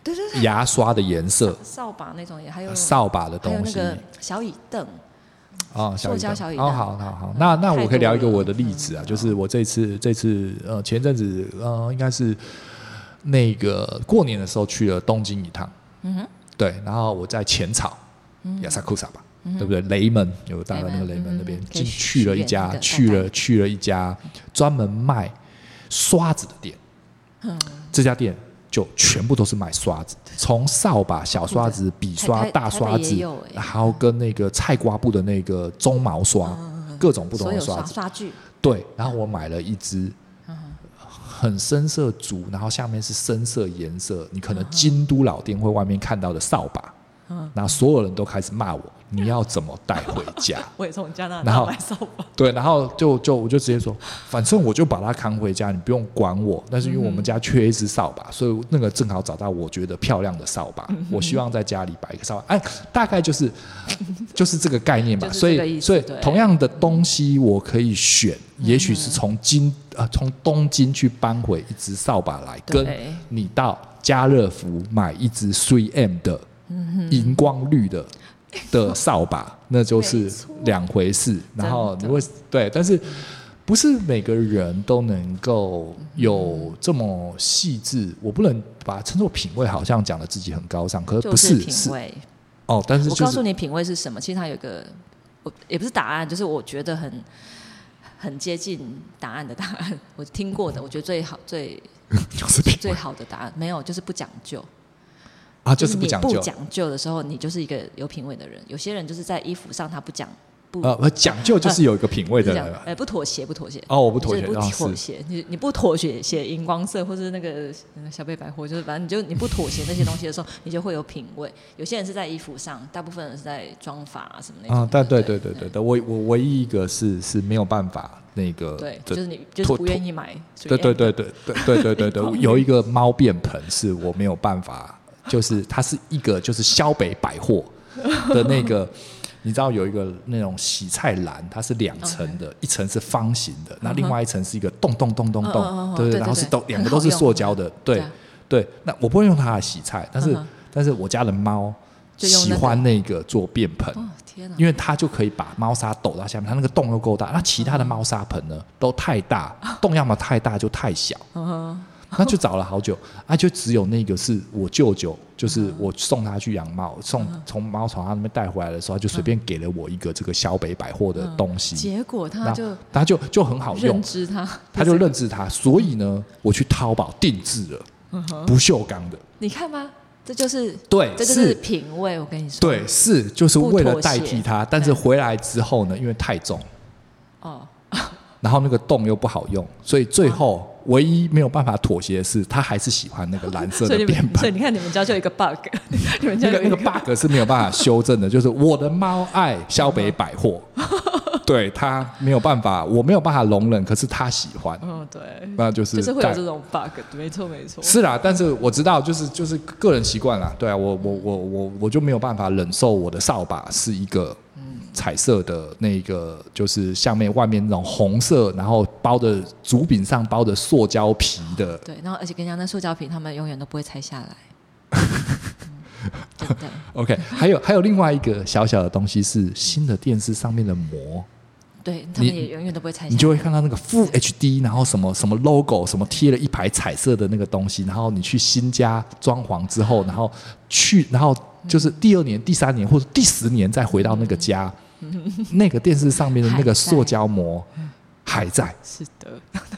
对对对， 牙刷的颜色， 扫把那种也还有扫把的东西， 还有那个小椅凳。 塑胶小椅凳。 好，那我可以聊一个我的例子啊，就是我这次前阵子应该是那个过年的时候去了东京一趟，对，然后我在浅草，亚萨库萨吧，对不对？雷门有大概那个雷门那边，去了一家专门卖刷子的店，这家店就全部都是卖刷子，从扫把、小刷子、笔刷、大刷子，还有跟那个菜瓜布的那个鬃毛刷，各种不同的刷子， 刷具。 对，然后我买了一支很深色竹，然后下面是深色颜色，你可能京都老店会外面看到的扫把，然后所有人都开始骂我，你要怎么带回家？ 我也从加拿大买扫把。 对，然后我就直接说，反正我就把它扛回家，你不用管我。但是因为我们家缺一支扫把，所以那个正好找到我觉得漂亮的扫把，我希望在家里摆一个扫把。大概就是这个概念吧。所以同样的东西我可以选，也许是从东京去搬回一支扫把来，跟你到家乐福买一支 3M 的荧光绿的扫把，那就是两回事。然后你会对，但是不是每个人都能够有这么细致，我不能把它称作品味，好像讲的自己很高尚，可是不是品味但是我告诉你品味是什么，其实它有一个也不是答案，就是我觉得很接近答案的答案，我听过的，我觉得最好最好的答案没有，就是不讲究。 就是不讲究。 你不讲究的时候，你就是一个有品味的人。有些人就是在衣服上他不讲究，就是有一个品味的人。 不妥协。 我不妥协， 不妥协。你不妥协，写荧光色或是那个小贝百货，就是反正你不妥协那些东西的时候，你就会有品味。有些人是在衣服上，大部分人是在妆法什么那种。 对，我唯一一个是没有办法那个。 对，就是你就是不愿意买。 对，有一个猫便盆是我没有办法。就是它是一个就是萧北百货的那个，你知道有一个那种洗菜篮，它是2层的，一层是方形的，那另外一层是一个洞，对，然后是两个都是塑胶的，对。那我不会用它来洗菜，但是我家的猫喜欢那个做便盆，因为它就可以把猫砂抖到下面，它那个洞又够大，那其他的猫砂盆呢都太大，洞要么太大就太小。那就找了好久，就只有那个是我舅舅，就是我送他去养猫，从猫从他那边带回来的时候，他就随便给了我一个这个小北百货的东西， 结果他就很好用，他就认知它，所以呢，我去淘宝定制了不锈钢的， 你看吧。这就是对， 这就是品味。我跟你说， 对，就是为了代替它，但是回来之后呢，因为太重，然后那个洞又不好用，所以最后唯一没有办法妥协的是，他还是喜欢那个蓝色的便盆。 所以你看，你们家就有一个 bug， 你们家那个 bug 是没有办法修正的，就是我的猫爱萧北百货，对他没有办法，我没有办法容忍，可是他喜欢。 对， 那就是会有这种 bug， 没错。 是啦，但是我知道，就是个人习惯啦，对啊，我就没有办法忍受我的扫把是一个。彩色的那个就是下面外面那种红色，然后包的竹饼上包的塑胶皮的。 对，然后而且跟你讲，那塑胶皮他们永远都不会拆下来。真的。 OK， 还有另外一个小小的东西是新的电视上面的膜。 对，他们也永远都不会拆下来。 你就会看到那个 Full HD， 然后什么 logo， 什么贴了一排彩色的那个东西，然后你去新家装潢之后，然后就是第2年、第3年或者第10年再回到那个家。那个电视上面的那个塑胶膜还在， 是的。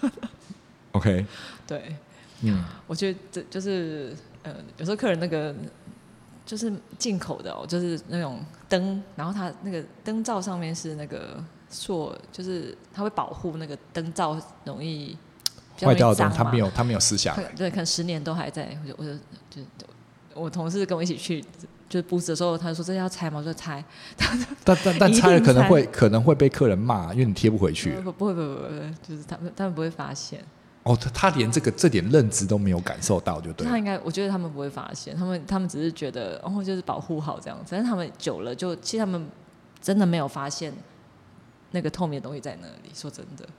OK， 对，我觉得这就是有时候客人那个就是进口的就是那种灯，然后它那个灯罩上面是那个就是它会保护那个灯罩容易坏掉的灯，它没有撕下来， 对，可能10年都还在。我同事跟我一起去。就是布置的时候，他说这要拆吗？我说拆。 但拆了可能会被客人骂，因为你贴不回去。 不会，就是他们不会发现。 他连这点认知都没有感受到，就对。 我觉得他们不会发现，他们只是觉得就是保护好这样子，但是他们久了其实他们真的没有发现那个透明的东西在那里。说真的。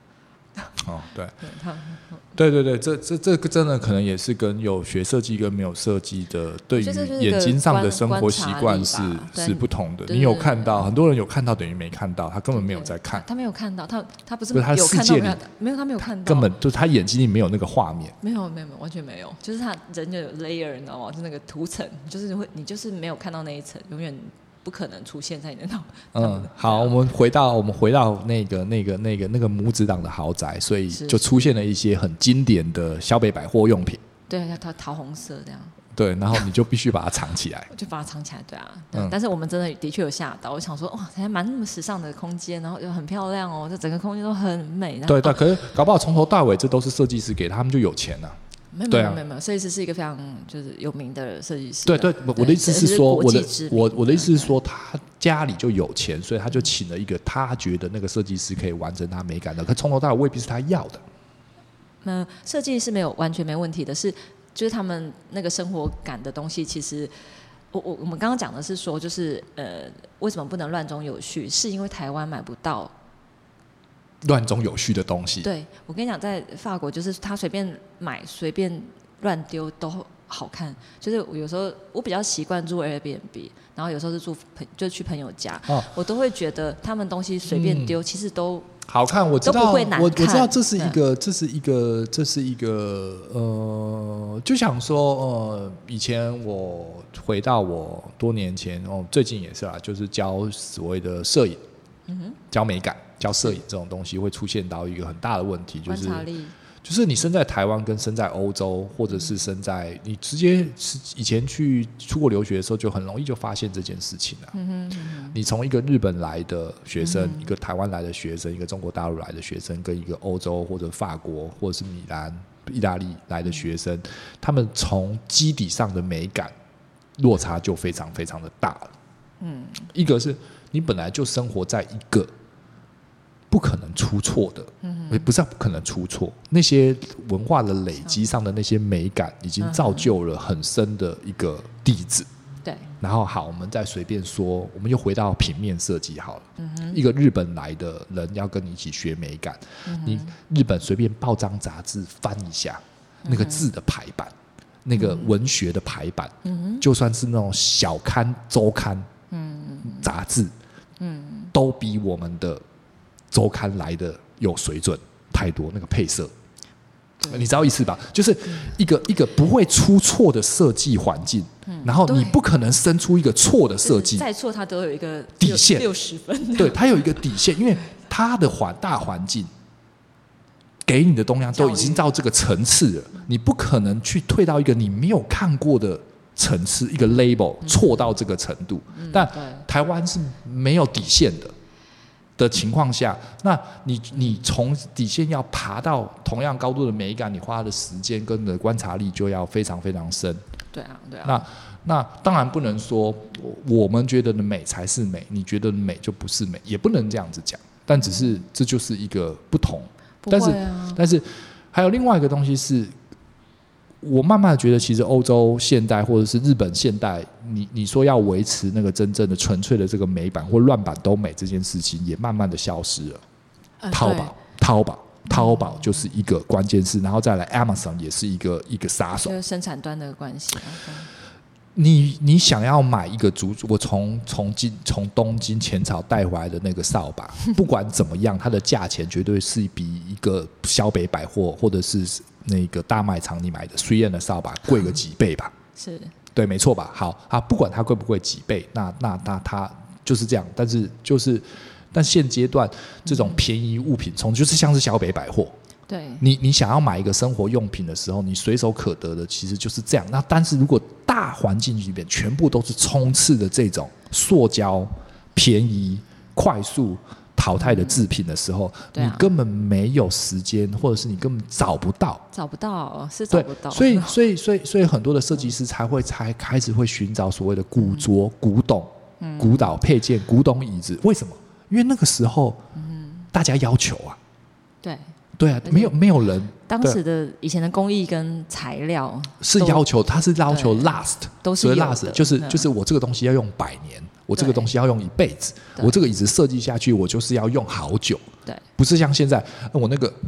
哦，对， 对对，这个真的可能也是跟有学设计跟没有设计的对于眼睛上的生活习惯是不同的。你有看到，很多人有看到等于没看到，他根本没有在看。 他没有看到，他不是他有看到，没有他没有看到， 根本就是他眼睛里没有那个画面。 没有，完全没有，就是他人就有 layer， 你知道吗？就那个涂层，就是你就是没有看到那一层，永远不可能出现在你的脑。 好，我们回到那个母子党的豪宅，所以就出现了一些很经典的小北百货用品。 对，它桃红色这样。 对，然后你就必须把它藏起来。 就把它藏起来，对啊。但是我们真的确有吓到，我想说哇，还蛮那么时尚的空间，然后又很漂亮哦，这整个空间都很美。 对，可是搞不好从头到尾这都是设计师给他们就有钱了。 没有，设计师是一个非常就是有名的设计师。 对，我的意思是说，我的意思是说，他家里就有钱，所以他就请了一个他觉得那个设计师可以完成他美感的，可从头到尾未必是他要的。 设计是完全没问题的，就是他们那个生活感的东西，其实我们刚刚讲的是说，就是为什么不能乱中有序，是因为台湾买不到乱中有序的东西。 对，我跟你讲，在法国就是他随便买随便乱丢都好看。就是我有时候我比较习惯住 Airbnb， 然后有时候是就去朋友家，我都会觉得他们东西随便丢，其实都好看。我知道， 都不会难看。 我知道这是一个就想说以前我回到我多年前最近也是啦，就是教所谓的摄影，教美感。教摄影这种东西会出现到一个很大的问题，就是你生在台湾跟生在欧洲，或者是生在你直接以前去出国留学的时候，就很容易就发现这件事情了。你从一个日本来的学生，一个台湾来的学生，一个中国大陆来的学生，跟一个欧洲或者法国或者是米兰、意大利来的学生，他们从基底上的美感落差就非常非常的大了。一个是你本来就生活在一个不可能出错的，不是不可能出错，那些文化的累积上的那些美感，已经造就了很深的一个底子。 对。 然后好，我们再随便说，我们又回到平面设计好了。一个日本来的人要跟你一起学美感，你日本随便报章杂志翻一下，那个字的排版，那个文学的排版，就算是那种小刊、周刊、杂志，都比我们的周刊来的有水准太多。那个配色，你知道意思吧？就是一个不会出错的设计环境，然后你不可能生出一个错的设计， 再错它都有一个底线 60分。 对，它有一个底线，因为它的大环境给你的东西都已经到这个层次了，你不可能去退到一个你没有看过的层次，一个 label 错到这个程度。但台湾是没有底线的情况下，那你从底线要爬到同样高度的美感，你花的时间跟你的观察力就要非常非常深。 对啊。 那当然不能说我们觉得的美才是美，你觉得的美就不是美，也不能这样子讲。但只是这就是一个不同。但是还有另外一个东西是，我慢慢的觉得，其实欧洲现代或者是日本现代，你说要维持那个真正的纯粹的这个美版或乱版都美这件事情，也慢慢的消失了。淘宝就是一个关键字，然后再来 Amazon 也是一个杀手， 就是生产端的关系。 你想要买一个我从东京前朝带回来的那个扫把，不管怎么样，它的价钱绝对是比一个小北百货或者是那个大卖场你买的3M的扫把贵个几倍吧？ 是， 对，没错吧？好啊，不管它贵不贵几倍，那它就是这样。但现阶段这种便宜物品，就是像是小北百货。 对， 你想要买一个生活用品的时候，你随手可得的其实就是这样。那但是如果大环境里面全部都是充斥的这种塑胶、便宜、快速淘汰的制品的时候，你根本没有时间，或者是你根本找不到， 是找不到。 所以很多的设计师才开始会寻找所谓的古着、古董、古董配件、古董椅子。为什么？因为那个时候，大家要求啊。对啊，没有人。 当时的以前的工艺跟材料是要求，它是要求 last， 都是有的。 last 就是我这个东西要用100年，我这个东西要用一辈子，我这个椅子设计下去，我就是要用好久。 对， 不是像现在我那个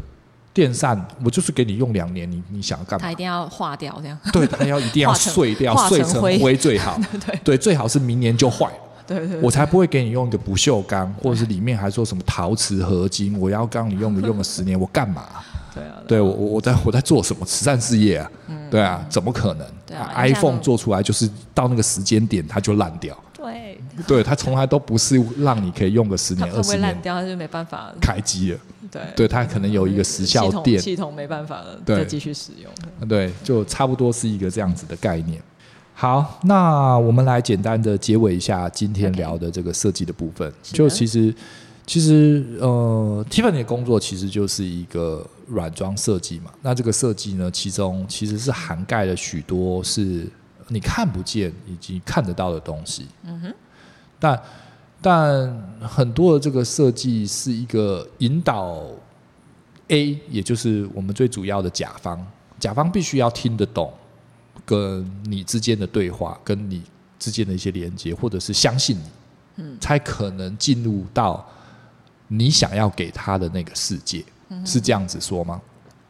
电扇我就是给你用2年，你想要干嘛？ 它一定要化掉这样。 对，它一定要碎掉，碎成灰最好。对，最好是明年就坏了。 对， 我才不会给你用一个不锈钢，或者是里面还说什么陶瓷合金，我要让你用个10年，我干嘛？ 对啊， 对我在做什么慈善事业啊？对啊，怎么可能？ 对啊 ，iPhone 做出来就是到那个时间点它就烂掉。对，它从来都不是让你可以用个10年、20年。 它会不会烂掉，它就没办法开机了。 对， 它可能有一个时效电， 系统没办法了，再继续使用。 对，就差不多是一个这样子的概念。好，那我们来简单的结尾一下今天聊的这个设计的部分。就其实Tiffany 的工作其实就是一个软装设计嘛。那这个设计呢，其中其实是涵盖了许多是你看不见以及看得到的东西。但很多的这个设计是一个引导 A， 也就是我们最主要的甲方必须要听得懂跟你之间的对话，跟你之间的一些连接，或者是相信你，才可能进入到你想要给他的那个世界。是这样子说吗？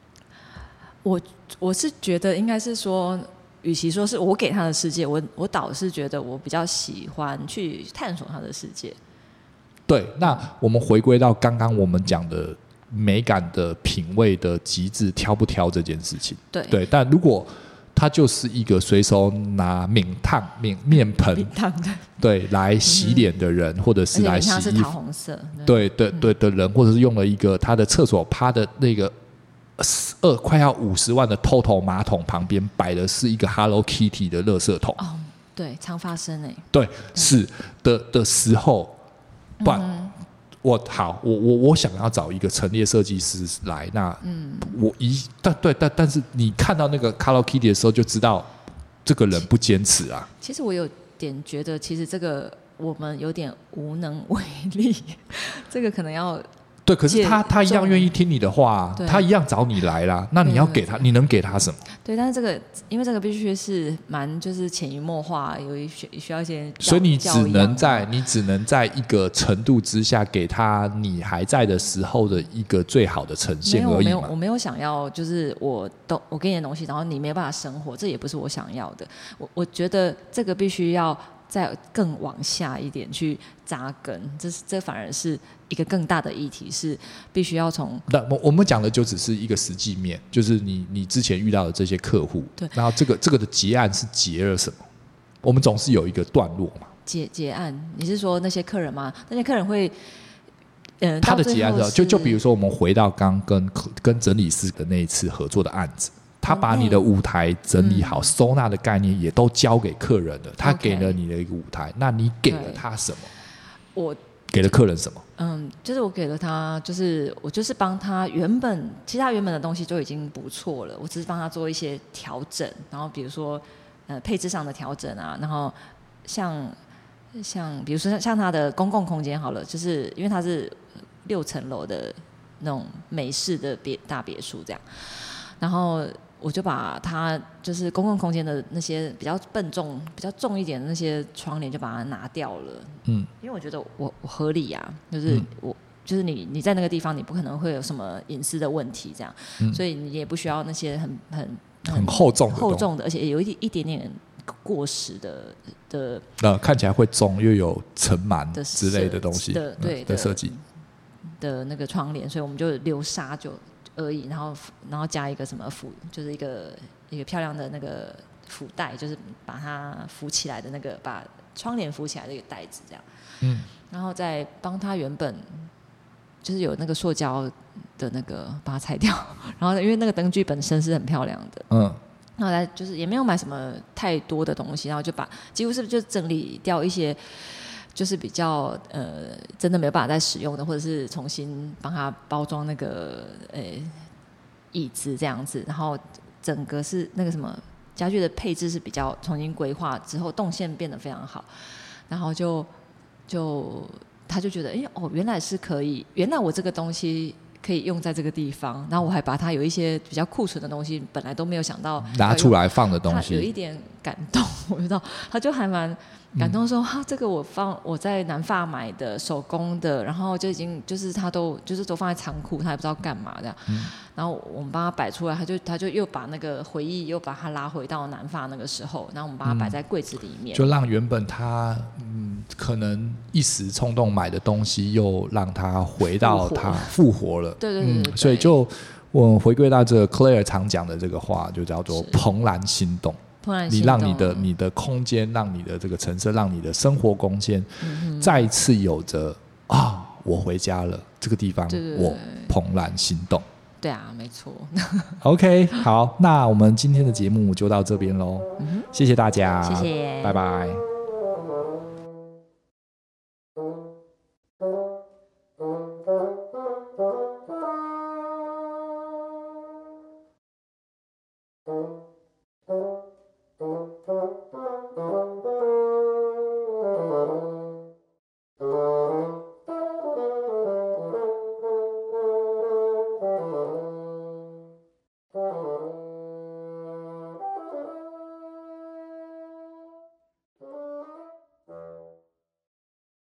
我是觉得应该是说，与其说是我给他的世界，我倒是觉得我比较喜欢去探索他的世界。 对，那我们回归到刚刚我们讲的美感的品味的极致，挑不挑这件事情。对，但如果他就是一个随手拿面盆对来洗脸的人，或者是来洗衣服， 是桃红色， 对的人，或者是用了一个他的厕所趴的那个快要50万的 TOTO 马桶旁边摆的是一个 Hello Kitty 的垃圾桶。 对，常发生对，是的时候，不然我想要找一个陈列设计师来，那但是你看到那个 Hello Kitty 的时候，就知道这个人不坚持啊。 其实我有点觉得，其实这个我们有点无能为力，这个可能要。 对，可是他一样愿意听你的话，他一样找你来啦。那你要给他，你能给他什么？ 对，但是这个因为这个必须是就是潜移默化，需要一些所以你只能在一个程度之下给他你还在的时候的一个最好的呈现而已嘛。 我没有想要就是我给你的东西，然后你没办法生活，这也不是我想要的。我觉得这个必须要再更往下一点去扎根，这反而是一个更大的议题，是必须要从。 那我们讲的就只是一个实际面，就是你之前遇到的这些客户， 对， 然后这个的结案是结了什么？我们总是有一个段落嘛。 结案，你是说那些客人吗？那些客人会， 他的结案就比如说我们回到刚跟整理师的那一次合作的案子。他把你的舞台整理好，收纳的概念也都交给客人了。他给了你的一个舞台，那你给了他什么？我给了客人什么？ 就是我给了他，我就是帮他其实他原本的东西就已经不错了，我只是帮他做一些调整，然后比如说配置上的调整啊，然后像比如说像他的公共空间好了，就是因为他是6层楼的那种美式的大别墅这样，然后。我就把它就是公共空间的那些比较重一点的那些窗帘就把它拿掉了。因为我觉得我合理啊，就是就是你在那个地方你不可能会有什么隐私的问题这样，所以你也不需要那些很厚重的，而且也有一点点过时的看起来会重又有尘螨之类的东西的设计的那个窗帘，所以我们就留纱而已，然后加一个什么就是一个漂亮的那个福袋，就是把它扶起来的那个，把窗帘扶起来的一个袋子这样。然后再帮他原本就是有那个塑胶的那个把它拆掉，然后因为那个灯具本身是很漂亮的，然后来就是也没有买什么太多的东西，然后就几乎是就整理掉一些。就是比较真的没有办法再使用的，或者是重新帮他包装那个椅子这样子，然后整个是那个什么家具的配置是比较重新规划之后，动线变得非常好，然后他就觉得原来是可以，原来我这个东西可以用在这个地方，然后我还把它有一些比较库存的东西，本来都没有想到拿出来放的东西， 有一点感动，我知道他就还蛮感动说，这个我在南法买的手工的，然后就已经就是他都放在仓库，他也不知道干嘛这样，然后我们帮他摆出来，他就又把那个回忆又把他拉回到南法那个时候，然后我们把它摆在柜子里面， 就让原本他可能一时冲动买的东西，又让他回到他复活了。 对， 所以就我回归到这个 Claire 常讲的这个话，就叫做怦然心动。你让你的空间，让你的这个陈设，让你的生活空间，再一次有着我回家了，这个地方我怦然心动。 对啊，没错。 OK， 好，那我们今天的节目就到这边咯。谢谢大家， 谢谢， 拜拜。